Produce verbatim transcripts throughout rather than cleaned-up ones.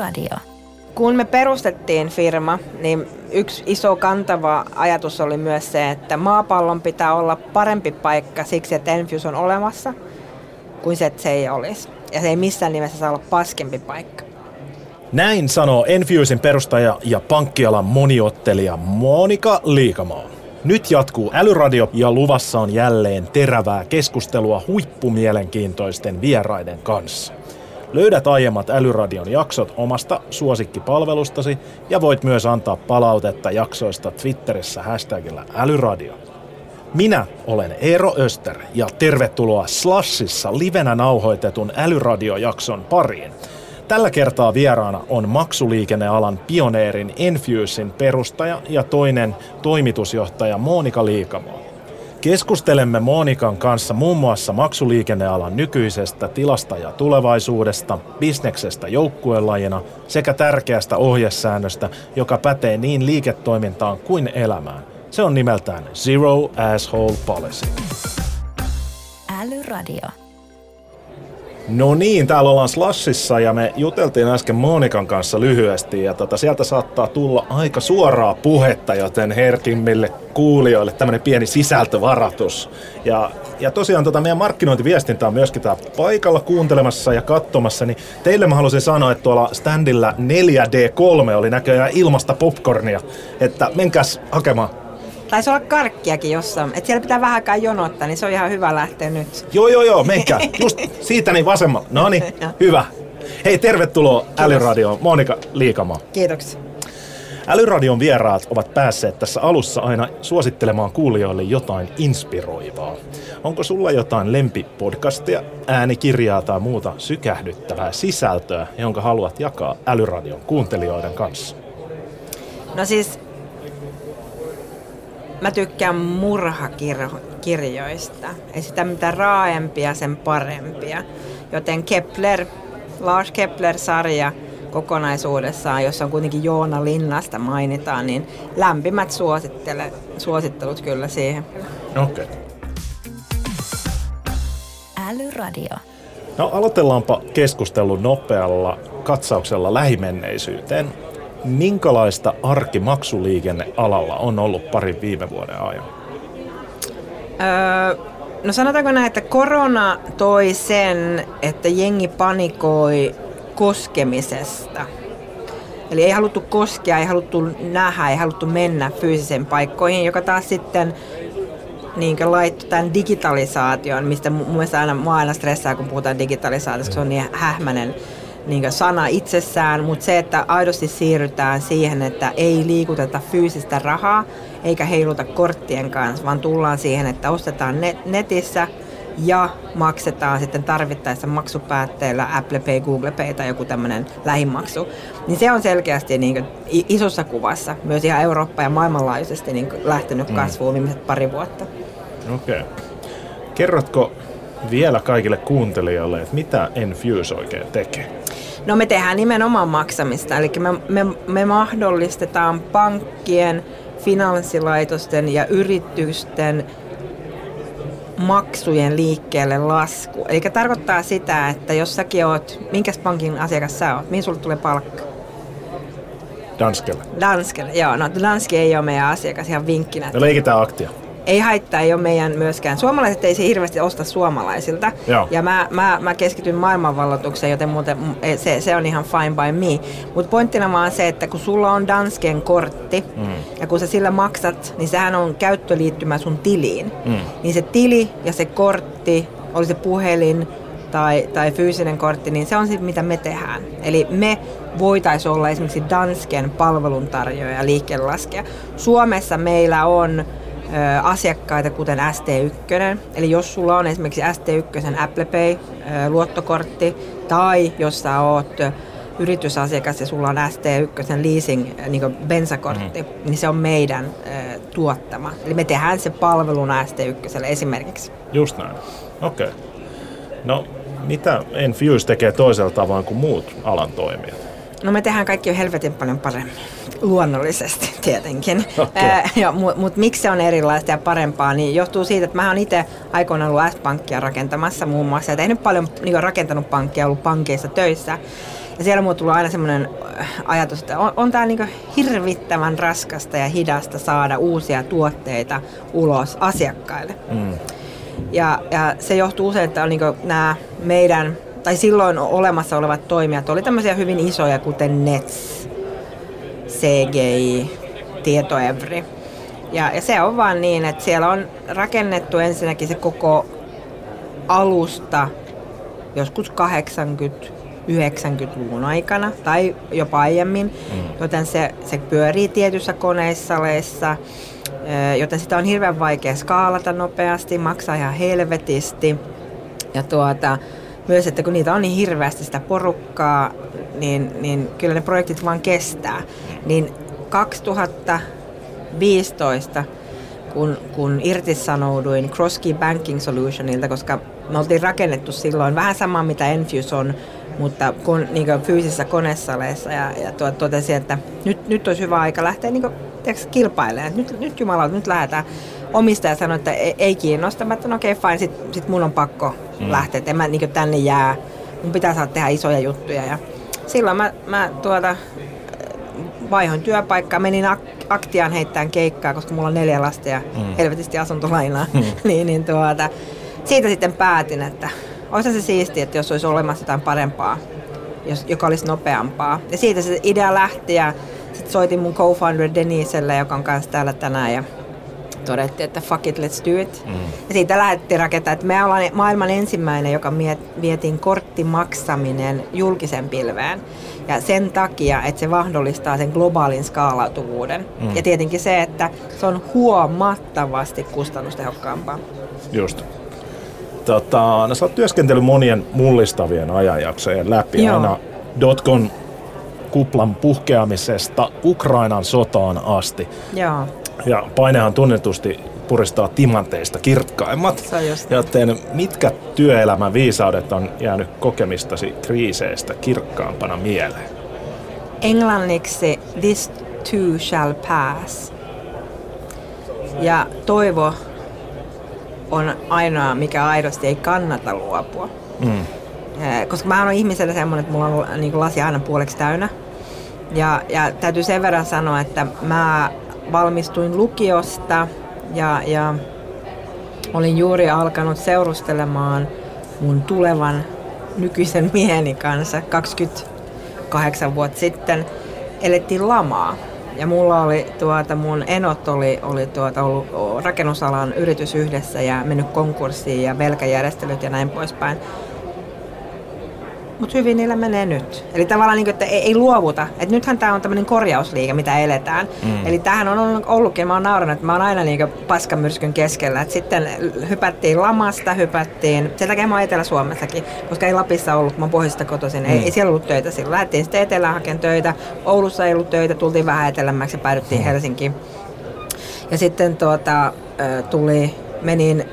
Älyradio. Kun me perustettiin firma, niin yksi iso kantava ajatus oli myös se, että maapallon pitää olla parempi paikka siksi, että Enfuse on olemassa, kuin se, että se ei olisi. Ja se ei missään nimessä saa olla paskempi paikka. Näin sanoo Enfusen perustaja ja pankkialan moniottelija Monika Liikamaa. Nyt jatkuu Älyradio ja luvassa on jälleen terävää keskustelua huippumielenkiintoisten vieraiden kanssa. Löydät aiemmat Älyradion jaksot omasta suosikkipalvelustasi ja voit myös antaa palautetta jaksoista Twitterissä hashtagillä Älyradio. Minä olen Eero Öster ja tervetuloa Slashissa livenä nauhoitetun Älyradio-jakson pariin. Tällä kertaa vieraana on maksuliikennealan pioneerin Enfusen perustaja ja toinen toimitusjohtaja Monika Liikamaa. Keskustelemme Monikan kanssa muun muassa maksuliikennealan nykyisestä tilasta ja tulevaisuudesta, bisneksestä joukkuelajina sekä tärkeästä ohjesäännöstä, joka pätee niin liiketoimintaan kuin elämään. Se on nimeltään Zero Asshole Policy. Älyradio. No niin, täällä ollaan Slashissa ja me juteltiin äsken Monikan kanssa lyhyesti ja tota, sieltä saattaa tulla aika suoraa puhetta, joten herkimmille kuulijoille tämmöinen pieni sisältövaratus. Ja, ja tosiaan tota, meidän markkinointiviestintä on myöskin tää paikalla kuuntelemassa ja katsomassa, niin teille mä haluaisin sanoa, että tuolla standilla neljä D kolme oli näköjään ilmasta popcornia, että menkääs hakemaan. Taisi olla karkkiakin jossain. Että siellä pitää vähän aikaa jonottaa, niin se on ihan hyvä lähteä nyt. Joo, joo, joo, menkää. Just siitä niin vasemmalla. No niin, hyvä. Hei, tervetuloa Älyradioon, Monika Liikamaa. Kiitoksia. Älyradion vieraat ovat päässeet tässä alussa aina suosittelemaan kuulijoille jotain inspiroivaa. Onko sulla jotain lempipodcastia, äänikirjaa tai muuta sykähdyttävää sisältöä, jonka haluat jakaa Älyradion kuuntelijoiden kanssa? No siis... Mä tykkään murhakirjoista. Ei sitä mitään raaempia, sen parempia. Joten Kepler, Lars Kepler-sarja kokonaisuudessaan, jossa on kuitenkin Joona Linnasta mainitaan, niin lämpimät suosittelut kyllä siihen. Okei. Okay. Älyradio. No aloitellaanpa keskustelun nopealla katsauksella lähimenneisyyteen. Minkälaista arki maksuliikennealalla on ollut parin viime vuoden ajan? Öö, no sanotaanko näin, että korona toi sen, että jengi panikoi koskemisesta. Eli ei haluttu koskea, ei haluttu nähdä, ei haluttu mennä fyysisiin paikkoihin, joka taas sitten niin laittoi tämän digitalisaation, mistä mun mielestä aina, mua aina stressaa, kun puhutaan digitalisaatiosta, se on niin hähmäinen niin sana itsessään, mutta se, että aidosti siirrytään siihen, että ei liikuteta fyysistä rahaa eikä heiluta korttien kanssa, vaan tullaan siihen, että ostetaan net- netissä ja maksetaan sitten tarvittaessa maksupäätteillä Apple Pay, Google Pay tai joku tämmöinen lähimaksu. Niin se on selkeästi niin kuin isossa kuvassa myös ihan Eurooppa ja maailmanlaajuisesti niin kuin lähtenyt kasvuun viimeiset pari vuotta. Okei. Okay. Kerrotko vielä kaikille kuuntelijoille, että mitä Enfuse oikein tekee? No me tehdään nimenomaan maksamista, eli me, me, me mahdollistetaan pankkien, finanssilaitosten ja yritysten maksujen liikkeelle lasku. Eli tarkoittaa sitä, että jos säkin oot, minkäs pankin asiakas sä oot, mihin sulle tulee palkka? Danskelle. Danskelle, joo. No Danske ei ole meidän asiakas, ihan vinkkinä. No leikitään Aktia. Ei haittaa, ei ole meidän myöskään. Suomalaiset ei se hirveästi osta suomalaisilta. Joo. Ja mä, mä, mä keskityn maailmanvalloitukseen, joten muuten se, se on ihan fine by me. Mutta pointtina vaan se, että kun sulla on Dansken kortti, mm. ja kun sä sillä maksat, niin sehän on käyttöliittymä sun tiliin. Mm. Niin se tili ja se kortti, oli se puhelin tai, tai fyysinen kortti, niin se on se, mitä me tehdään. Eli me voitaisiin olla esimerkiksi Dansken palveluntarjoaja ja liikkeellelaskija. Suomessa meillä on asiakkaita kuten S T yksi, eli jos sulla on esimerkiksi S T yksi Apple Pay luottokortti tai jos sä oot yritysasiakas ja sulla on S T yksi leasing niin bensakortti, mm-hmm. niin se on meidän tuottama. Eli me tehdään se palveluna S T yksi esimerkiksi. Just näin. Okei. Okay. No mitä Enfuse tekee toisella tavoin kuin muut alan toimijat? No me tehdään kaikki jo helvetin paljon paremmin. Luonnollisesti tietenkin. Okay. Äh, Mutta mut miksi se on erilaista ja parempaa, niin johtuu siitä, että mä oon itse aikoinaan ollut S-pankkia rakentamassa muun muassa. Ja tehnyt paljon, niin rakentanut pankkia, ollut pankeissa töissä. Ja siellä mulla tulee aina semmoinen ajatus, että on, on tää niinku hirvittävän raskasta ja hidasta saada uusia tuotteita ulos asiakkaille. Mm. Ja, ja se johtuu usein, että on niinku nämä meidän, tai silloin olemassa olevat toimijat oli tämmöisiä hyvin isoja, kuten Nets, C G I, Tietoevry. Ja, ja se on vaan niin, että siellä on rakennettu ensinnäkin se koko alusta joskus kahdeksankymmentä-yhdeksänkymmentäluvun aikana tai jopa aiemmin, mm. joten se, se pyörii tietyissä koneissaleissa, joten sitä on hirveän vaikea skaalata nopeasti, maksaa ihan helvetisti. Ja tuota, myös, että kun niitä on niin hirveästi sitä porukkaa, niin, niin kyllä ne projektit vaan kestää. Niin kaksituhattaviisitoista, kun, kun irtisanouduin CrossKey Banking Solutionilta, koska me oltiin rakennettu silloin vähän samaa, mitä Enfuse on, mutta kun, niin kuin fyysisissä konesaleissa, ja, ja tuot, totesin, että nyt, nyt olisi hyvä aika lähteä niin kuin, tiedätkö, kilpailemaan. Nyt, nyt jumalauta, nyt lähdetään. Omistaja sanoi, että ei, ei kiinnosta. Mä että okei, okay, fine, sit, sit mun on pakko mm. lähteä, että en mä niin kuin, tänne jää. Mun pitää saada tehdä isoja juttuja. Ja silloin mä, mä tuota, vaihoin työpaikkaa, menin ak- Aktiaan heittämään keikkaa, koska mulla on neljä lasta ja mm. helvetisti asuntolainaa. Mm. niin, niin tuota, siitä sitten päätin, että olisi se siistiä, että jos olisi olemassa jotain parempaa, jos, joka olisi nopeampaa. Ja siitä se idea lähti ja sitten soitin mun co-founder Deniselle, joka on kanssa täällä tänään, ja todettiin, että fuck it, let's do it. Mm. Ja siitä lähdettiin rakentamaan, että me ollaan maailman ensimmäinen, joka vietiin korttimaksaminen julkisen pilveen. Ja sen takia, että se mahdollistaa sen globaalin skaalautuvuuden. Mm. Ja tietenkin se, että se on huomattavasti kustannustehokkaampaa. Just. Tota, no, sä oot työskentellyt monien mullistavien ajanjaksojen läpi. Joo. Aina dotcom kuplan puhkeamisesta Ukrainan sotaan asti. Joo. Ja painehan tunnetusti puristaa timanteista kirkkaimmat. Joten mitkä työelämän viisaudet on jäänyt kokemistasi kriiseistä kirkkaampana mieleen? Englanniksi this too shall pass. Ja toivo on ainoa, mikä aidosti ei kannata luopua. Mm. Koska mä oon ihmisellä semmoinen, että mulla on niin lasi aina puoleksi täynnä. Ja, ja täytyy sen verran sanoa, että mä valmistuin lukiosta ja, ja olin juuri alkanut seurustelemaan mun tulevan nykyisen mieheni kanssa kaksikymmentäkahdeksan vuotta sitten. Elettiin lamaa. Ja mulla oli tuota, mun enot oli, oli tuota, ollut rakennusalan yritys yhdessä ja mennyt konkurssiin ja velkajärjestelyt ja näin poispäin. Mutta hyvin niillä menee nyt. Eli tavallaan, niin kuin, että ei, ei luovuta. Et nythän tämä on tämmöinen korjausliike, mitä eletään. Mm. Eli tämähän on ollutkin, mä oon naurannut, että mä oon aina niin paskamyrskyn keskellä. Et sitten hypättiin lamasta, hypättiin, sen takia mä oon Etelä-Suomessakin, koska ei Lapissa ollut, mä oon pohjoisesta kotoisin, mm. ei, ei siellä ollut töitä silloin. Lähdettiin sitten etelään hakemaan töitä, Oulussa ei ollut töitä, tultiin vähän etelämmäksi ja päädyttiin mm. Helsinkiin. Ja sitten tuota, tuli, menin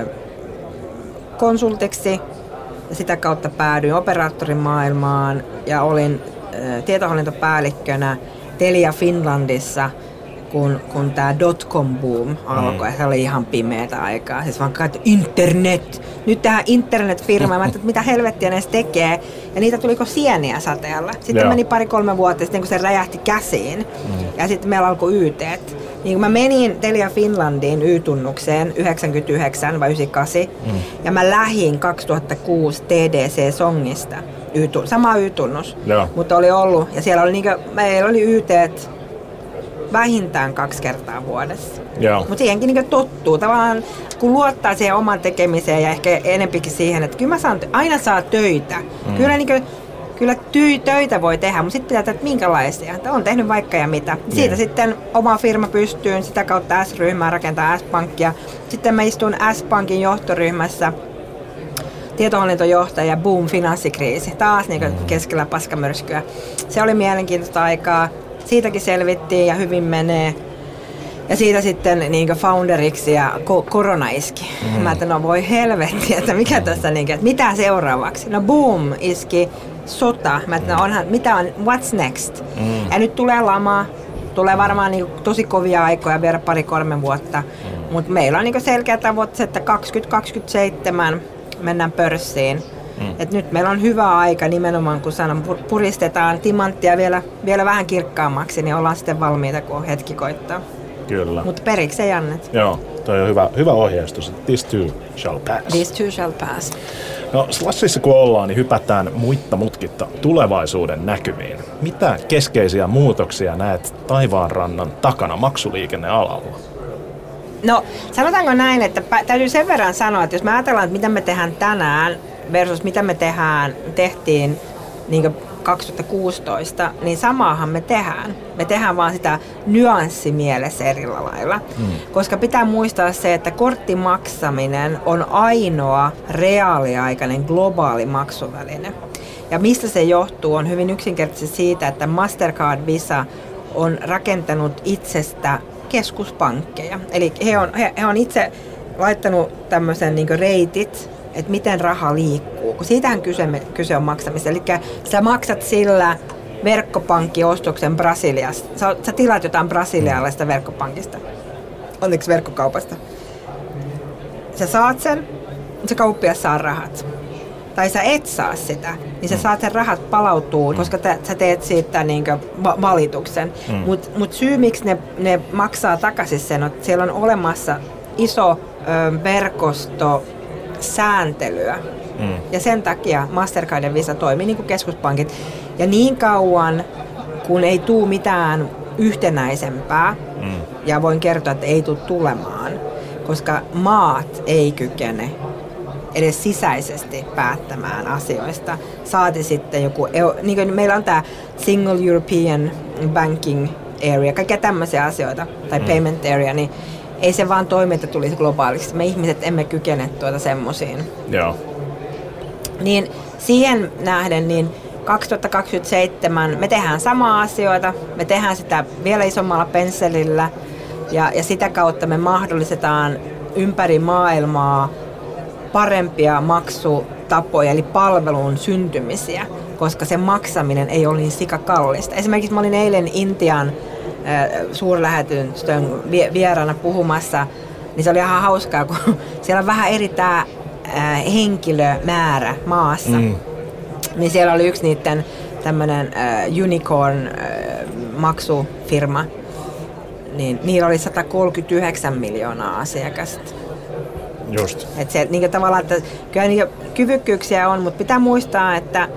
konsultiksi. Ja sitä kautta päädyin operaattorimaailmaan ja olin ä, tietohallintopäällikkönä Telia Finlandissa, kun, kun tämä dotcom-boom alkoi. Mm. Se oli ihan pimeätä aikaa. Siis vaan että internet! Nyt tähän internet-firma. Mä ajattelin, että mitä helvettiä ne edes tekee. Ja niitä tuliko sieniä sateella. Sitten Joo. meni pari-kolme vuotta sitten, kun se räjähti käsiin. Mm. Ja sitten meillä alkoi Y T:t. Niin kun mä menin Telia Finlandiin Y-tunnukseen yhdeksänkymmentäyhdeksän vai yhdeksänkymmentäkahdeksan, mm. ja mä lähdin kaksituhattakuusi T D C-songista, Y-tun, sama Y-tunnus, Joo. mutta oli ollut, ja siellä oli niinku, meillä oli Y T:t vähintään kaksi kertaa vuodessa. Mutta siihenkin niinku tottuu, tavallaan kun luottaa siihen oman tekemiseen ja ehkä enempikin siihen, että kyllä mä saan, aina saa töitä, mm. kyllä niinku, Kyllä ty- töitä voi tehdä, mutta sitten pitää tehdä, että minkälaisia. Että on tehnyt vaikka ja mitä. Siitä yeah. sitten oma firma pystyy, sitä kautta S-ryhmää rakentaa S-pankkia. Sitten mä istun S-pankin johtoryhmässä, tietohallintojohtaja, boom, finanssikriisi. Taas niin keskellä paskamörskyä. Se oli mielenkiintoista aikaa. Siitäkin selvittiin ja hyvin menee. Ja siitä sitten niin founderiksi ja ko- korona iski. Mm. Mä ajattelin, no voi helvetti, että mikä tässä, niin, että mitä seuraavaksi? No boom, iski sota. Mä ajattelin, no onhan, mitä on, what's next? Mm. Ja nyt tulee lama, tulee varmaan niin tosi kovia aikoja, vielä pari-kolme vuotta. Mm. Mutta meillä on niin selkeä tavoite, että kaksikymmentä kaksikymmentäseitsemän mennään pörssiin. Mm. Et nyt meillä on hyvä aika nimenomaan, kun sanon, puristetaan timanttia vielä, vielä vähän kirkkaammaksi, niin ollaan sitten valmiita, kun hetki koittaa. Kyllä. Mutta periksi ei annet. Joo, toi on hyvä, hyvä ohjeistus. This too shall pass. This too shall pass. No Slashissa kun ollaan, niin hypätään muitta mutkitta tulevaisuuden näkymiin. Mitä keskeisiä muutoksia näet taivaanrannan takana maksuliikennealalla? No sanotaanko näin, että täytyy sen verran sanoa, että jos me ajatellaan, että mitä me tehdään tänään versus mitä me tehdään, tehtiin niin kaksituhattakuusitoista, niin samaahan me tehdään. Me tehdään vaan sitä nyanssimielessä eri lailla. Mm. Koska pitää muistaa se, että korttimaksaminen on ainoa reaaliaikainen globaali maksuväline. Ja mistä se johtuu, on hyvin yksinkertaisesti siitä, että Mastercard Visa on rakentanut itsestä keskuspankkeja. Eli he on, he, he on itse laittanut tämmöisen niin kuin reitit, että miten raha liikkuu, kun siitähän kyse, kyse on maksamista. Eli sä maksat sillä verkkopankkiostoksen Brasiliasta. Sä, sä tilaat jotain brasilialaista verkkopankista, onneksi verkkokaupasta. Sä saat sen, se kauppias saa rahat. Tai sä et saa sitä, niin sä saat sen rahat palautuu, mm. koska te, sä teet siitä niinkö va- valituksen. Mm. Mutta mut syy, miksi ne, ne maksaa takaisin sen, on, että siellä on olemassa iso ö, verkosto sääntelyä. Mm. Ja sen takia Mastercard ja Visa toimii niin kuin keskuspankit. Ja niin kauan, kun ei tule mitään yhtenäisempää, mm. ja voin kertoa, että ei tule tulemaan, koska maat ei kykene edes sisäisesti päättämään asioista. Saati sitten joku, niin kuin meillä on tämä Single European Banking Area, kaikkia tämmöisiä asioita, tai mm. Payment Area, niin ei se vaan toimi, että tulisi globaaliksi. Me ihmiset emme kykene tuota semmosiin. Joo. Niin siihen nähden, niin kaksituhattakaksikymmentäseitsemän me tehdään samaa asioita, me tehdään sitä vielä isommalla pensselillä, ja, ja sitä kautta me mahdollistetaan ympäri maailmaa parempia maksutapoja, eli palvelun syntymisiä, koska se maksaminen ei ole niin sikakallista. Esimerkiksi mä olin eilen Intian äh, suurlähetystön vieraana puhumassa, niin se oli ihan hauskaa, kun siellä on vähän eri tämä äh, henkilömäärä maassa. Mm. Niin siellä oli yksi niiden tämmöinen äh, unicorn äh, maksufirma, niin niillä oli sata kolmekymmentäyhdeksän miljoonaa asiakasta. Just. Että se, niin tavallaan, että kyllä niitä kyvykkyyksiä on, mutta pitää muistaa, että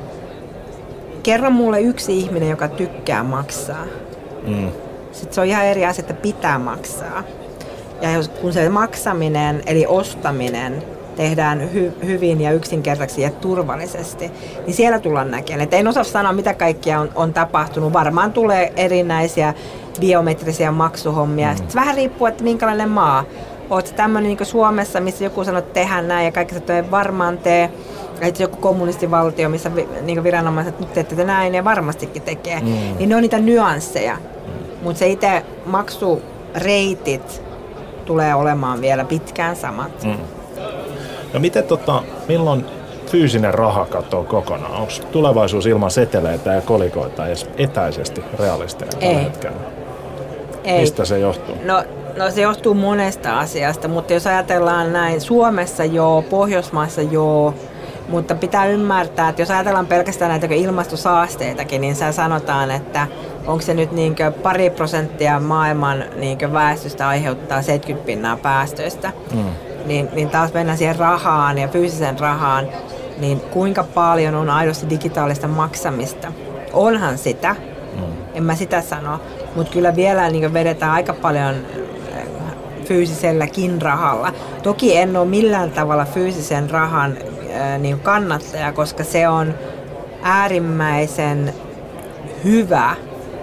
kerro mulle yksi ihminen, joka tykkää maksaa. Mm. Sitten se on ihan eri asia, että pitää maksaa. Ja jos, kun se maksaminen, eli ostaminen, tehdään hy- hyvin ja yksinkertaisesti ja turvallisesti, niin siellä tullaan näkemään. Et en osaa sanoa, mitä kaikkia on, on tapahtunut. Varmaan tulee erinäisiä biometrisiä maksuhommia. Mm. Sitten vähän riippuu, että minkälainen maa. Oletko tämmöinen niin Suomessa, missä joku sanoo, että tehdään näin ja kaikki sanoo, että varmaan tee. Ja joku kommunistivaltio, missä vi, niin viranomaiset nyt teette näin ja varmastikin tekee. Mm. Niin ne on niitä nyansseja. Mm. Mutta se itse maksureitit tulee olemaan vielä pitkään samat. Mm. No miten tota, milloin fyysinen raha katoo kokonaan? Onko tulevaisuus ilman seteleitä ja kolikoita edes etäisesti realistinen tällä hetkellä? Ei. Mistä se johtuu? No, no se johtuu monesta asiasta, mutta jos ajatellaan näin, Suomessa joo, Pohjoismaissa joo, mutta pitää ymmärtää, että jos ajatellaan pelkästään näitä ilmastosaasteitakin, niin sä sanotaan, että onko se nyt niinkö pari prosenttia maailman niinkö väestöstä aiheuttaa seitsemänkymmentä pinnaa päästöistä. Mm. Niin, niin taas mennään siihen rahaan ja fyysiseen rahaan, niin kuinka paljon on aidosti digitaalista maksamista? Onhan sitä, mm. en mä sitä sano, mutta kyllä vielä niin vedetään aika paljon fyysiselläkin rahalla. Toki en ole millään tavalla fyysisen rahan niin kannattaja, koska se on äärimmäisen hyvä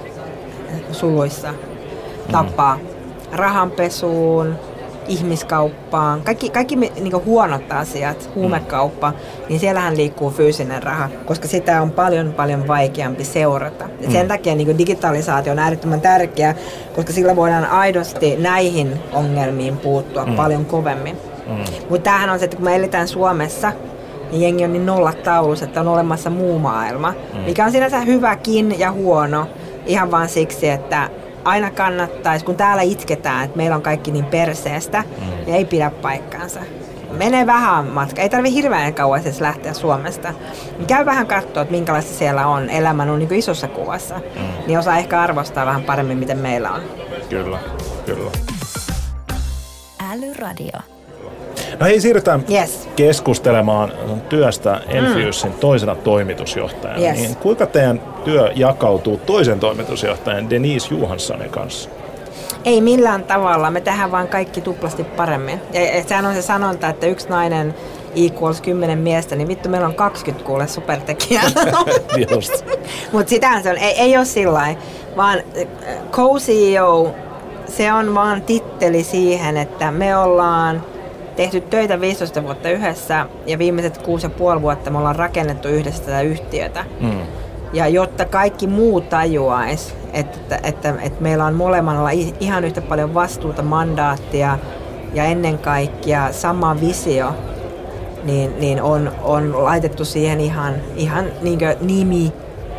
suluissa tapa mm. rahanpesuun, ihmiskauppaan, kaikki, kaikki niin huonot asiat, huumekauppa, niin siellähän liikkuu fyysinen raha, koska sitä on paljon paljon vaikeampi seurata. Mm. Sen takia niin digitalisaatio on äärettömän tärkeä, koska sillä voidaan aidosti näihin ongelmiin puuttua mm. paljon kovemmin. Mm. Mutta tämähän on se, että kun me eletään Suomessa, niin jengi on niin nollataulussa, että on olemassa muu maailma, mm. mikä on sinänsä hyväkin ja huono, ihan vaan siksi, että aina kannattaisi, kun täällä itketään, että meillä on kaikki niin perseestä, mm. niin ei pidä paikkaansa. menee vähän matka. Ei tarvitse hirveän kauan siis lähteä Suomesta. Käy vähän katsoa, että minkälaista siellä on elämä on niin kuin isossa kuvassa. Mm. Niin osaa ehkä arvostaa vähän paremmin, miten meillä on. Kyllä, kyllä. Älyradio. No hei, siirrytään yes. keskustelemaan työstä Enfusen mm. toisena toimitusjohtajana. Yes. Niin kuinka teidän työ jakautuu toisen toimitusjohtajan Denise Johanssonin kanssa? Ei millään tavalla. Me tehdään vaan kaikki tuplasti paremmin. Ja, ja sehän on se sanonta, että yksi nainen equals kymmenen miestä, niin vittu meillä on kaksikymmentä kuule supertekijää. Just. Mutta sitähän se on. Ei, ei ole sillain, vaan co-C E O, se on vaan titteli siihen, että me ollaan tehty töitä viisitoista vuotta yhdessä ja viimeiset kuusi ja puoli vuotta me ollaan rakennettu yhdessä tätä yhtiötä. Mm. Ja jotta kaikki muu tajuaisi, että, että, että, että meillä on molemmilla ihan yhtä paljon vastuuta, mandaattia ja ennen kaikkea sama visio, niin, niin on, on laitettu siihen ihan, ihan niin kuin nimi,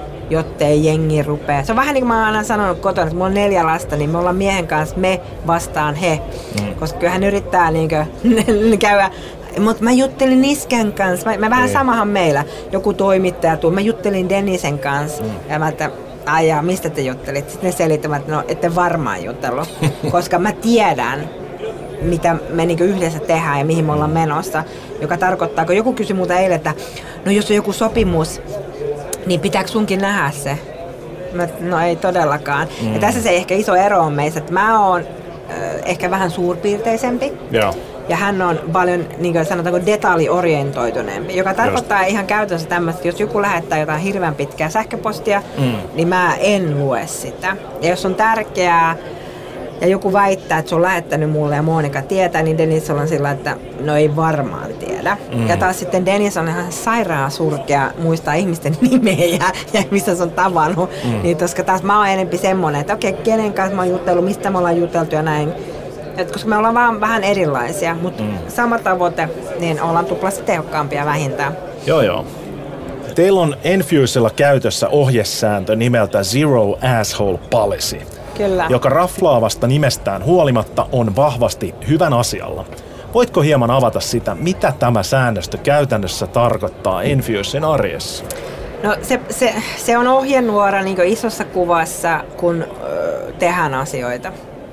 jottei jengi rupea. Se on vähän niin kuin mä oon aina sanonut kotona, että mulla on neljä lasta, niin me ollaan miehen kanssa me vastaan he. Mm. Koska kyllä hän yrittää niin kuin käydä. Mutta mä juttelin Iskän kanssa. Mä, mä vähän samahan meillä. Joku toimittaja tuli. Mä juttelin Denisen kanssa. Mm. Ja mä että, aijaa, mistä te juttelit? Sitten ne selittävät, että no ette varmaan jutellut. Koska mä tiedän, mitä me niinku yhdessä tehdään ja mihin me ollaan menossa. Joka tarkoittaa, kun joku kysyi multa eilen, että no jos on joku sopimus, niin pitääkö sunkin nähdä se? Mä, no ei todellakaan. Mm. Ja tässä se ehkä iso ero on meissä, että mä oon äh, ehkä vähän suurpiirteisempi. Yeah. Ja hän on paljon, niin kuin sanotaanko, detaljiorientoituneempi, joka tarkoittaa Just. ihan käytännössä tämmöistä, että jos joku lähettää jotain hirveän pitkää sähköpostia, mm. niin mä en lue sitä. Ja jos on tärkeää, ja joku väittää, että se on lähettänyt mulle ja Monika tietää, niin Dennis on sillä, että no ei varmaan tiedä. Mm. Ja taas sitten Dennis on ihan sairaan surkea muistaa ihmisten nimeä ja missä se on tavannut. Mm. Niin, koska taas mä oon enempi semmonen, että okei, okay, kenen kanssa mä oon jutellut, mistä me ollaan juteltu ja näin. Et koska me ollaan vaan vähän erilaisia, mutta mm. sama tavoite, niin ollaan tuplasti tehokkaampia vähintään. Joo, joo. Teillä on Enfusella käytössä ohjesääntö nimeltä Zero Asshole Policy. Kyllä. Joka raflaavasta nimestään huolimatta on vahvasti hyvän asialla. Voitko hieman avata sitä, mitä tämä säännöstö käytännössä tarkoittaa Enfusen arjessa? No se, se, se on ohjenuora niin kuin isossa kuvassa, kun ö, tehdään asioita.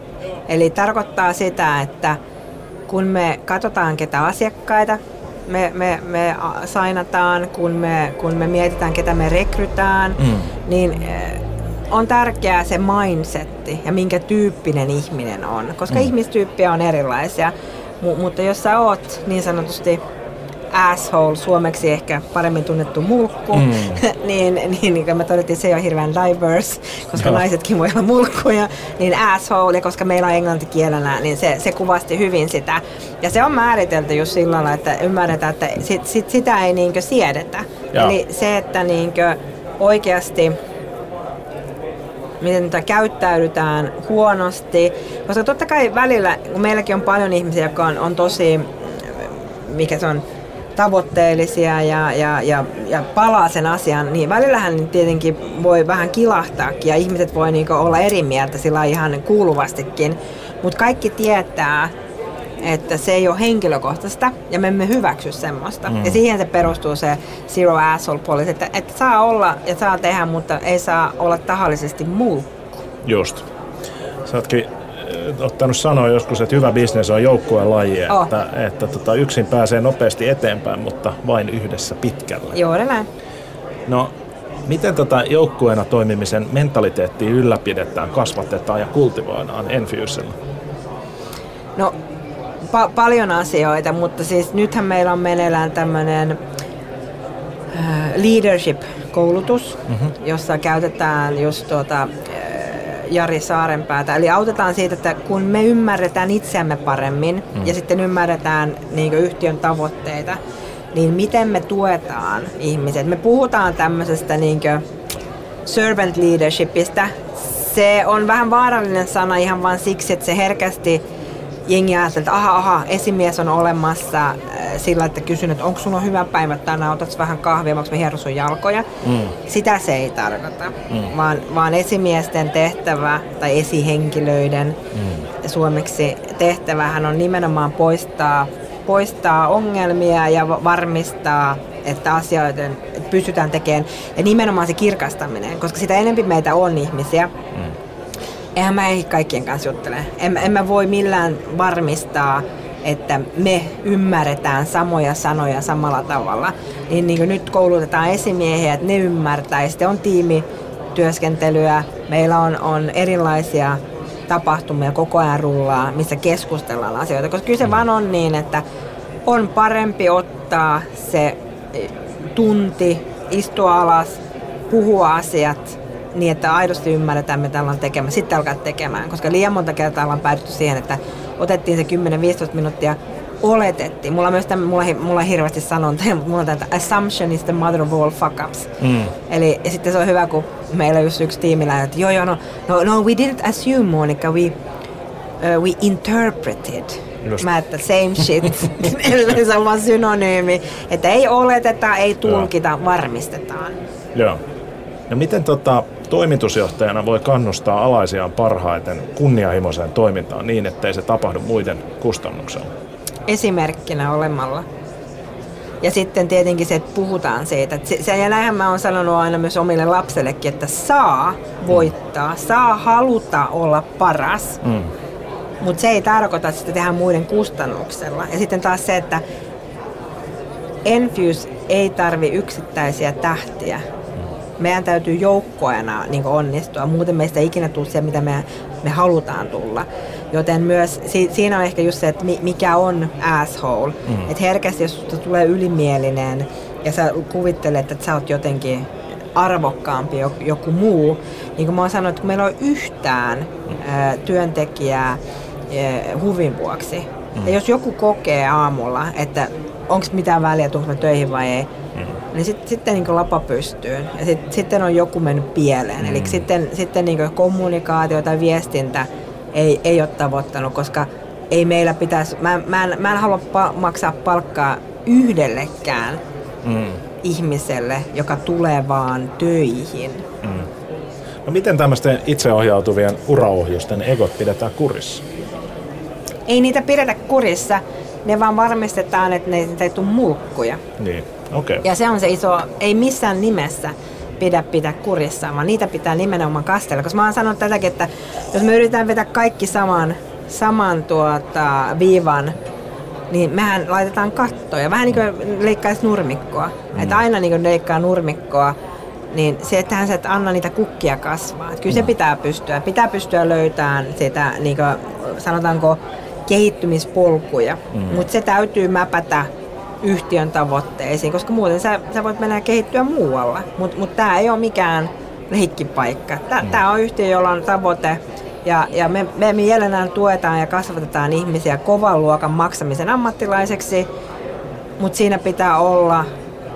Eli tarkoittaa sitä, että kun me katsotaan ketä asiakkaita me, me, me sainataan, kun me, kun me mietitään ketä me rekrytään, mm. niin on tärkeää se mindsetti ja minkä tyyppinen ihminen on, koska mm. ihmistyyppiä on erilaisia, M- mutta jos sä oot niin sanotusti asshole, suomeksi ehkä paremmin tunnettu mulkku, mm. niin, niin, niin kuin me todettiin, se ei ole hirveän diverse, koska no. naisetkin voi olla mulkkuja, niin asshole, ja koska meillä on englantikielenä, niin se, se kuvasti hyvin sitä. Ja se on määritelty just sillä lailla, että ymmärretään, että sit, sit, sitä ei niinkö siedetä. Joo. Eli se, että niinkö oikeasti miten tätä käyttäydytään huonosti, koska totta kai välillä, kun meilläkin on paljon ihmisiä, jotka on, on tosi, mikä se on, tavoitteellisia ja, ja, ja, ja palaa sen asian, niin välillähän tietenkin voi vähän kilahtaakin ja ihmiset voi niinku olla eri mieltä sillä ihan kuuluvastikin, mutta kaikki tietää, että se ei ole henkilökohtaista ja me emme hyväksy semmoista. Mm. Ja siihen se perustuu se Zero Asshole Policy, että, että saa olla ja saa tehdä, mutta ei saa olla tahallisesti mulkku. Just. Sä ootkin ottanut sanoa joskus, että hyvä bisnes on joukkueen laji, oh. että, että tota, yksin pääsee nopeasti eteenpäin, mutta vain yhdessä pitkällä. Joo, näin. No, miten tota joukkueena toimimisen mentaliteettia ylläpidetään, kasvatetaan ja kultivoidaan Enfusella? No, pa- paljon asioita, mutta siis nythän meillä on meneillään tämmöinen äh, leadership-koulutus, mm-hmm. jossa käytetään just tuota Jari Saarenpäätä. Eli autetaan siitä, että kun me ymmärretään itseämme paremmin mm. ja sitten ymmärretään niin kuin yhtiön tavoitteita, niin miten me tuetaan ihmiset. Me puhutaan tämmöisestä niin kuin servant leadershipistä. Se on vähän vaarallinen sana ihan vain siksi, että se herkästi jengi ajattelee, että aha, aha, esimies on olemassa äh, sillä, että kysyn, että onko sulla hyvä päivä tänään, otatko vähän kahvia, voinko mä hieron sun jalkoja. Mm. Sitä se ei tarkoita, mm. vaan, vaan esimiesten tehtävä tai esihenkilöiden mm. suomeksi tehtävähän on nimenomaan poistaa poistaa ongelmia ja varmistaa, että asioiden pystytään tekemään. Ja nimenomaan se kirkastaminen, koska sitä enemmän meitä on ihmisiä. Mm. Eihän mä ei kaikkien kanssa juttele. En, en mä voi millään varmistaa, että me ymmärretään samoja sanoja samalla tavalla. Niin, niin kuin nyt koulutetaan esimiehiä, että ne ymmärtää. Ja sitten on tiimityöskentelyä. Meillä on, on erilaisia tapahtumia koko ajan rullaa, missä keskustellaan asioita. Koska kyllä se vaan on niin, että on parempi ottaa se tunti, istua alas, puhua asiat niin, että aidosti ymmärretään, mitä ollaan tekemään. Sitten alkaa tekemään, koska liian monta kertaa ollaan päädytty siihen, että otettiin se kymmenen viisitoista minuuttia, oletettiin. Mulla on myös tämän, mulla, mulla on hirveästi sanonta, mulla on tämä assumption is the mother of all fuck-ups. Mm. Eli ja sitten se on hyvä, kun meillä on just yksi tiimiläinen, että joo joo, no, no, no we didn't assume, Monica, we, uh, we interpreted. Just. Mä että same shit, eli se on vaan synonyymi, että ei oleteta, ei tulkita, joo. Varmistetaan. Joo. No miten tota, toimitusjohtajana voi kannustaa alaisiaan parhaiten kunnianhimoiseen toimintaan niin, ettei se tapahdu muiden kustannuksella? Esimerkkinä olemalla. Ja sitten tietenkin se, että puhutaan siitä. Että se, ja näinhän mä oon sanonut aina myös omille lapsellekin, että saa voittaa, mm. saa haluta olla paras, mm. mutta se ei tarkoita, että sitä tehdään muiden kustannuksella. Ja sitten taas se, että Enfuse ei tarvi yksittäisiä tähtiä. Meidän täytyy joukkoina niin onnistua, muuten meistä ei ikinä tule se, mitä me, me halutaan tulla. Joten myös si, siinä on ehkä just se, että mikä on asshole. Mm. Että herkästi, jos susta tulee ylimielinen ja sä kuvittelet, että sä oot jotenkin arvokkaampi joku muu, niin kuin mä oon sanonut, että kun meillä on yhtään mm. ä, työntekijää ä, huvin vuoksi, mm. ja jos joku kokee aamulla, että onko mitään väliä, tuunko mä töihin vai ei, mm. niin sit, sitten niin lapa pystyyn ja sit, sitten on joku mennyt pieleen. Mm. Eli sitten, sitten niin kommunikaatio tai viestintä ei, ei ole tavoittanut, koska ei meillä pitäisi, mä, mä, en, mä en halua pa- maksaa palkkaa yhdellekään mm. ihmiselle, joka tulee vaan töihin. Mm. No miten tämmöisten itseohjautuvien uraohjusten egot pidetään kurissa? Ei niitä pidetä kurissa, ne vaan varmistetaan, että ne ei tule mulkkuja. Niin. Okay. Ja se on se iso, ei missään nimessä pidä pitää kurissa, vaan niitä pitää nimenomaan kastella. Koska mä oon sanonut tätäkin, että jos me yritetään vetää kaikki saman, saman tuota, viivan, niin mehän laitetaan kattoja. Vähän niin kuin leikkaisi nurmikkoa. Mm. Että aina niin kuin leikkaa nurmikkoa, niin se, että se, että anna niitä kukkia kasvaa. Että kyllä se pitää pystyä. Pitää pystyä löytämään sitä, niin kuin, sanotaanko, kehittymispolkuja. Mm. Mutta se täytyy mäpätä yhtiön tavoitteisiin, koska muuten sä, sä voit mennä kehittyä muualla. Mutta mut tämä ei ole mikään leikkipaikka. Tämä mm. on yhtiö, jolla on tavoite, ja, ja me, me mielellään tuetaan ja kasvatetaan ihmisiä kovan luokan maksamisen ammattilaiseksi, mutta siinä pitää olla,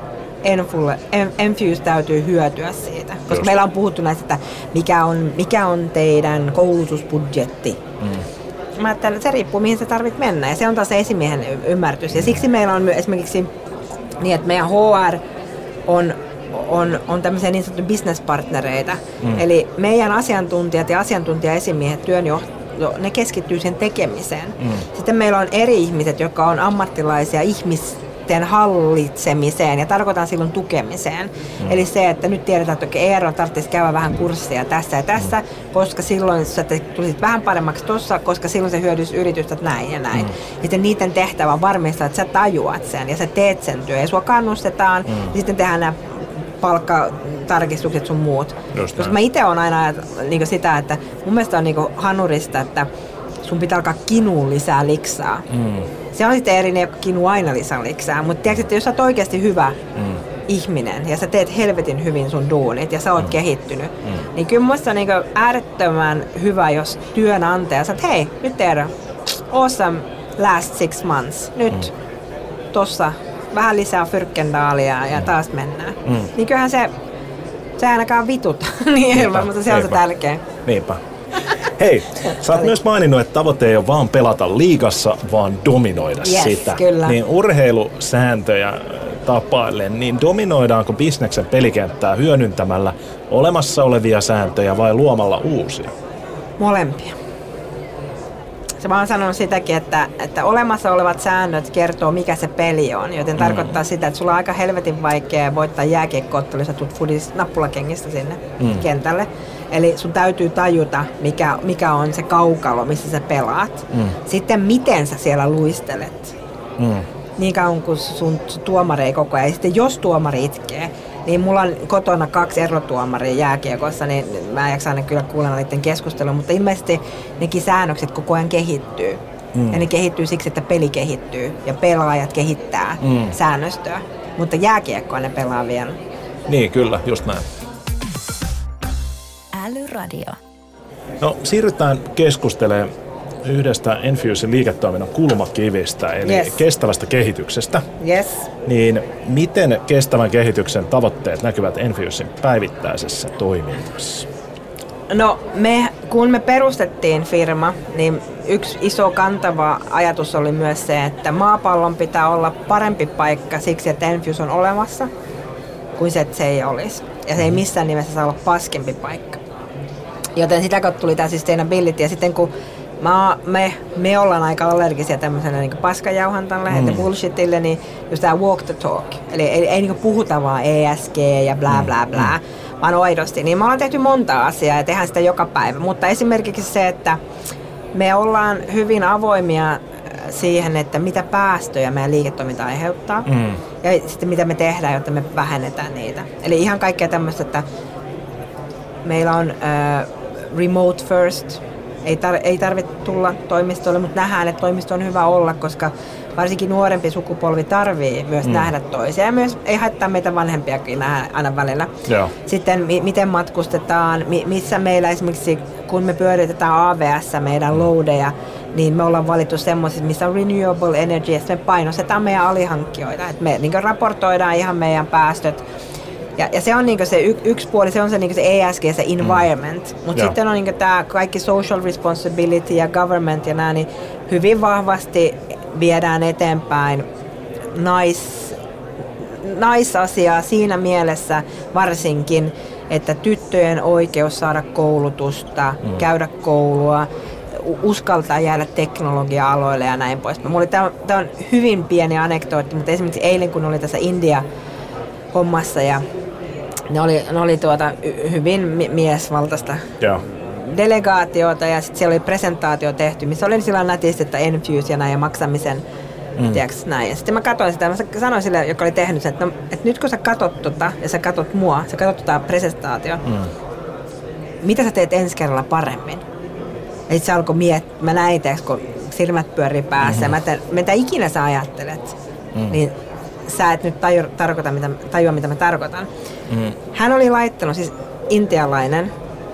Enfuse täytyy hyötyä siitä. Koska Just. meillä on puhuttu näistä, että mikä on, mikä on teidän koulutusbudjetti. Mm. Mä ajattelen, että se riippuu, mihin sä tarvit mennä, ja se on taas se esimiehen ymmärtys. Ja siksi meillä on esimerkiksi niin, että meidän H R on, on, on tämmöisiä niin sanottuja business-partnereita. Mm. Eli meidän asiantuntijat ja asiantuntijaesimiehet, työnjohto, ne keskittyy sen tekemiseen. Mm. Sitten meillä on eri ihmiset, jotka on ammattilaisia ihmisten hallitsemiseen, ja tarkoitan silloin tukemiseen. Mm. Eli se, että nyt tiedetään, että okei, Eeron tarvitsisi käydä vähän kurssia tässä ja tässä, mm. koska silloin sä tulisit vähän paremmaksi tuossa, koska silloin se hyödyisi yritystä näin ja näin. Mm. Sitten niiden tehtävä on varmistaa, että sä tajuat sen ja sä teet sen työn ja sua kannustetaan, mm. ja sitten tehdään nämä palkkatarkistukset sun muut. Just koska näin. Mä itse olen aina niin sitä, että mun mielestä on niin hanurista, että sun pitää alkaa kinuun lisää liksaa. Mm. Se on sitten eri, ne jotka kinuu aina lisää liksaa, mutta tiedätkö, että jos sä oot oikeasti hyvä mm. ihminen ja sä teet helvetin hyvin sun duunit ja sä oot mm. kehittynyt, mm. niin kyllä musta on niin äärettömän hyvä, jos työnantaja sanoo, että hei, nyt tehdään awesome last six months, nyt mm. tossa vähän lisää fyrkkendaalia ja mm. taas mennään. Mm. Niin kyllähän se, se ainakaan vituta niin helppo, mutta se on se tärkeä. Niinpä. Hei, sä oot myös maininnut, että tavoite ei ole vaan pelata liigassa, vaan dominoida yes, sitä. Kyllä. Niin urheilusääntöjä tapaillen, niin dominoidaanko bisneksen pelikenttää hyödyntämällä olemassa olevia sääntöjä vai luomalla uusia? Molempia. Se mä oon sanonut sitäkin, että, että olemassa olevat säännöt kertoo, mikä se peli on. Joten mm. tarkoittaa sitä, että sulla on aika helvetin vaikea voittaa jääkiekko-ottelu, sä tulet fudis nappulakengistä sinne mm. kentälle. Eli sun täytyy tajuta, mikä, mikä on se kaukalo, missä sä pelaat. Mm. Sitten miten sä siellä luistelet. Mm. Niin kauan kuin sun tuomari ei koko ajan. Ja sitten jos tuomari itkee, niin mulla on kotona kaksi erotuomaria jääkiekossa, niin mä en jaksa aina kyllä kuulla niiden keskustelua, mutta ilmeisesti nekin säännökset koko ajan kehittyy. Mm. Ja ne kehittyy siksi, että peli kehittyy ja pelaajat kehittää mm. säännöstöä. Mutta jääkiekkoa ne pelaa vielä. Niin, kyllä, just näin. Älyradio. No, siirrytään keskustelemaan yhdestä Enfusen liiketoiminnan kulmakivistä, eli yes. kestävästä kehityksestä. Yes. Niin miten kestävän kehityksen tavoitteet näkyvät Enfusen päivittäisessä toiminnassa? No, me, kun me perustettiin firma, niin yksi iso kantava ajatus oli myös se, että maapallon pitää olla parempi paikka siksi, että Enfuse on olemassa, kuin se, että se ei olisi. Ja se ei missään nimessä saa olla paskempi paikka. Joten sitä kautta tuli tämä sustainability. Ja sitten kun Mä, me, me ollaan aika allergisia tämmöiselle niin paskajauhantalle mm. ja bullshitille, niin just tää walk the talk. Eli ei, ei niin puhuta vaan E S G ja bla bla bla, mm. vaan aidosti. Niin me ollaan tehty monta asiaa ja tehdään sitä joka päivä. Mutta esimerkiksi se, että me ollaan hyvin avoimia siihen, että mitä päästöjä meidän liiketoiminta aiheuttaa mm. ja sitten mitä me tehdään, jotta me vähennetään niitä. Eli ihan kaikkea tämmöistä, että meillä on uh, remote first. Ei, tar- ei tarvitse tulla toimistolle, mutta nähdään, että toimisto on hyvä olla, koska varsinkin nuorempi sukupolvi tarvii myös mm. nähdä toisia. Ja myös ei haittaa meitä vanhempiakin nähdä aina välillä. Joo. Sitten mi- miten matkustetaan, mi- missä meillä esimerkiksi, kun me pyöritetään A V S, meidän loadeja, niin me ollaan valittu semmoisissa, missä on renewable energy, ja me painostetaan meidän alihankkijoita. Et me niin raportoidaan ihan meidän päästöt. Ja, ja se on niinku se y, yksi puoli, se on se, niinku se E S G, se environment. Mm. Mutta sitten on niinku tämä kaikki social responsibility ja government ja nämä, niin hyvin vahvasti viedään eteenpäin nais, naisasiaa siinä mielessä varsinkin, että tyttöjen oikeus saada koulutusta, mm. käydä koulua, uskaltaa jäädä teknologia-aloille ja näin pois. Tämä on hyvin pieni anekdootti, mutta esimerkiksi eilen kun oli tässä India-hommassa ja ne oli, ne oli tuota hyvin miesvaltaista yeah. delegaatiota ja sitten siellä oli presentaatio tehty, missä oli sillä nätisti, että Enfuse ja näin ja maksamisen, mm. tiiäks, näin. Ja sitten mä katsoin sitä ja mä sanoin sille, joka oli tehnyt sen, että, no, että nyt kun sä katot tota ja sä katot mua, sä katot tota presentaatio, mm. mitä sä teet ensi kerralla paremmin? Ja sit se alkoi miettiä, mä näin teeks, kun silmät pyörii päässä mm-hmm. ja mä tein, mitä ikinä sä ajattelet, mm. niin sä et nyt tajua, tarkoita, mitä, tajua, mitä mä tarkoitan. Mm. Hän oli laittanut, siis intialainen,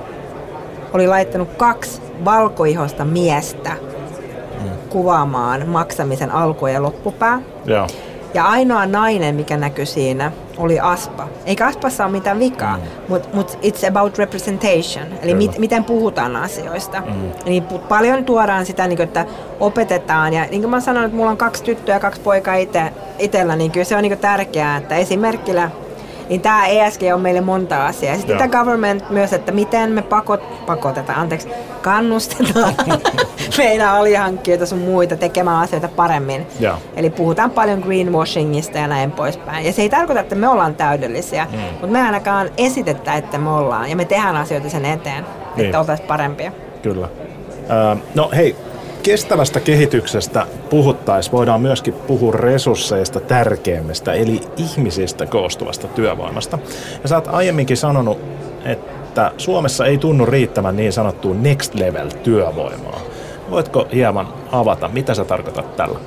oli laittanut kaksi valkoihosta miestä mm. kuvaamaan maksamisen alku- ja loppupää. Yeah. Ja ainoa nainen, mikä näkyi siinä, oli Aspa. Eikä Aspassa ole mitään vikaa, mm. mutta mut it's about representation, eli mit, miten puhutaan asioista. Mm. Eli paljon tuodaan sitä, niin kuin, että opetetaan. Ja niin kuin mä sanoin, että mulla on kaksi tyttöä ja kaksi poikaa ite, itsellä, niin kyllä se on niin kuin tärkeää, että esimerkillä niin tämä E S G on meille monta asiaa. Ja sitten tämä government myös, että miten me pakot, pakotetaan, anteeksi, kannustetaan meidän alihankkijoita sun muita tekemään asioita paremmin. Ja. Eli puhutaan paljon greenwashingista ja näin poispäin. Ja se ei tarkoita, että me ollaan täydellisiä, mm. mutta me ainakaan esitetään, että me ollaan. Ja me tehdään asioita sen eteen, niin. että oltaisiin parempia. Kyllä. Äh, no hei. Kestävästä kehityksestä puhuttaessa voidaan myöskin puhua resursseista tärkeimmistä, eli ihmisistä koostuvasta työvoimasta. Ja sä oot aiemminkin sanonut, että Suomessa ei tunnu riittävän niin sanottua next level työvoimaa. Voitko hieman avata, mitä sä tarkoitat tällä?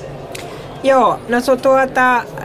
Joo, no so tuota, äh,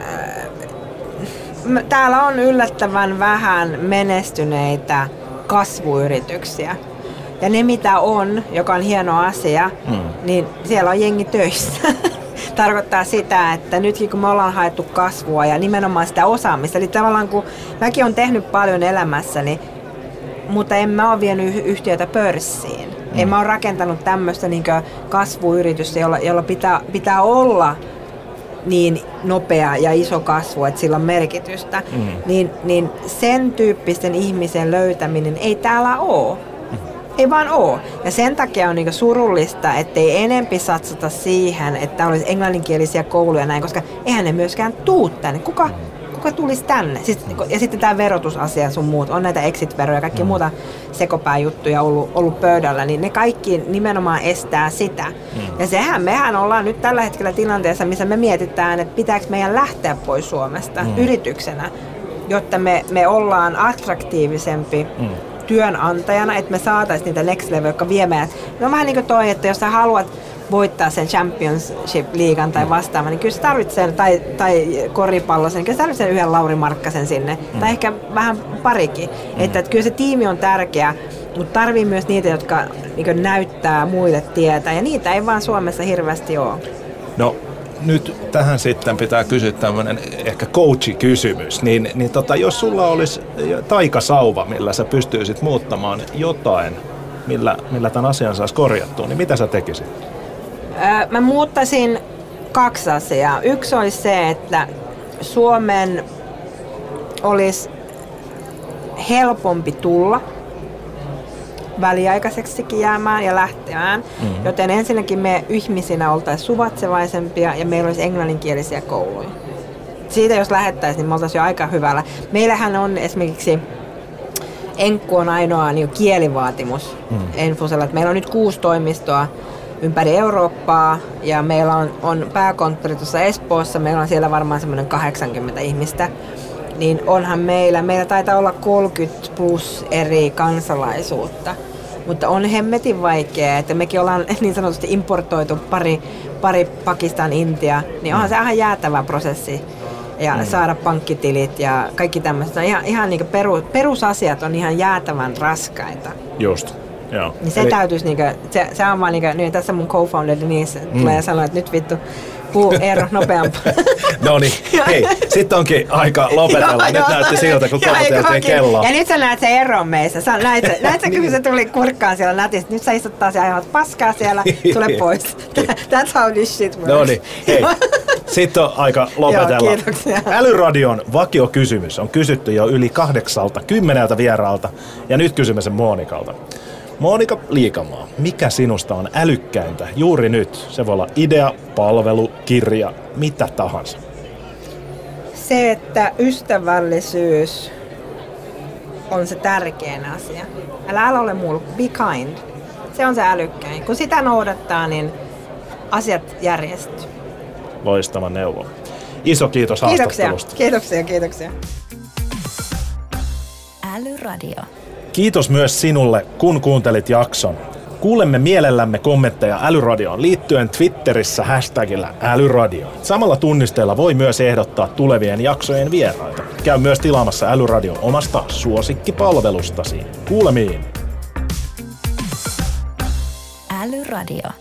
täällä on yllättävän vähän menestyneitä kasvuyrityksiä. Ja ne mitä on, joka on hieno asia, mm. niin siellä on jengi töissä. Tarkoittaa sitä, että nytkin kun me ollaan haettu kasvua ja nimenomaan sitä osaamista, eli tavallaan kun mäkin olen tehnyt paljon elämässäni, mutta en mä ole vienyt yhtiötä pörssiin. Mm. En mä ole rakentanut tämmöistä niin kasvuyritystä, jolla, jolla pitää, pitää olla niin nopea ja iso kasvu, että sillä on merkitystä. Mm. Niin, niin sen tyyppisten ihmisen löytäminen ei täällä ole. Ei vaan oo. Ja sen takia on niinku surullista, ettei enempi satsata siihen, että olisi englanninkielisiä kouluja näin, koska eihän ne myöskään tuu tänne. Kuka, kuka tulisi tänne? Siis, ja sitten tämä verotusasia sun muut, on näitä exit-veroja ja kaikki mm. muuta sekopääjuttuja ollut, ollut pöydällä, niin ne kaikki nimenomaan estää sitä. Mm. Ja sehän mehän ollaan nyt tällä hetkellä tilanteessa, missä me mietitään, että pitääkö meidän lähteä pois Suomesta mm. yrityksenä, jotta me, me ollaan attraktiivisempi mm. työnantajana, että me saataisiin niitä next level, jotka vie meidät. No vähän niin kuin toi, että jos sä haluat voittaa sen Championship-liigan tai vastaavan, niin kyllä sä tarvitset sen, tai, tai koripallosen, niin kyllä sä tarvitset sen yhden Lauri Markkasen sinne, mm. tai ehkä vähän parikin. Mm. Että, että kyllä se tiimi on tärkeä, mutta tarvii myös niitä, jotka niin näyttää muille tietä, ja niitä ei vaan Suomessa hirveästi ole. No, nyt tähän sitten pitää kysyä tämmöinen ehkä coachi-kysymys, niin, niin tota, jos sulla olisi taikasauva, millä sä pystyisit muuttamaan jotain, millä, millä tämän asian saisi korjattua, niin mitä sä tekisit? Öö, mä muuttaisin kaksi asiaa. Yksi olisi se, että Suomen olisi helpompi tulla väliaikaiseksikin jäämään ja lähtemään, mm-hmm. joten ensinnäkin me ihmisinä oltaisiin suvatsevaisempia ja meillä olisi englanninkielisiä kouluja. Siitä jos lähettäisiin, niin me oltaisiin jo aika hyvällä. Meillähän on esimerkiksi Enkku on ainoa niin kielivaatimus mm-hmm. Enfusella. Meillä on nyt kuusi toimistoa ympäri Eurooppaa ja meillä on, on pääkonttori tuossa Espoossa, meillä on siellä varmaan semmoinen kahdeksankymmentä ihmistä. Niin onhan meillä, meillä taitaa olla kolmekymmentä plus eri kansalaisuutta, mutta on hemmetin vaikea, että mekin ollaan niin sanotusti importoitu pari, pari Pakistan, Intia, niin onhan se ihan jäätävä prosessi ja mm. saada pankkitilit ja kaikki tämmöiset. Ihan, ihan niin peru, perusasiat on ihan jäätävän raskaita. Just. Joo. Niin se Eli... täytyisi, niin kuin, se, se on vaan niin kuin, niin tässä mun co-founder Denise mm. tulee ja sanoo, että nyt vittu, puu Eero nopeampaa. No niin, hei, sitten onkin aika lopetella. Nyt näytti siltä, kun koputeltiin kelloa. Ja nyt sä näet se Eeron meissä. Sä näet se, näet se kun se tuli kurkkaan siellä nätistä. Nyt sä istut taas ja ajavat paskaa siellä, tule pois. That's how this shit works. No niin, hei, sitten on aika lopetella. Joo, kiitoksia. Älyradion vakiokysymys on kysytty jo yli kahdeksalta, kymmeneltä vieraalta. Ja nyt kysymme sen Monikalta. Monika Liikamaa, mikä sinusta on älykkäintä juuri nyt? Se voi olla idea, palvelu, kirja, mitä tahansa. Se, että ystävällisyys on se tärkein asia. Älä, älä ole mulla, be kind. Se on se älykkäin. Kun sitä noudattaa, niin asiat järjestyy. Loistava neuvo. Iso kiitos kiitoksia. haastattelusta. Kiitoksia, kiitoksia. Älyradio. Kiitos myös sinulle, kun kuuntelit jakson. Kuulemme mielellämme kommentteja Älyradioon liittyen Twitterissä hashtagillä Älyradio. Samalla tunnisteella voi myös ehdottaa tulevien jaksojen vieraita. Käy myös tilaamassa Älyradion omasta suosikkipalvelustasi. Kuulemiin! Älyradio.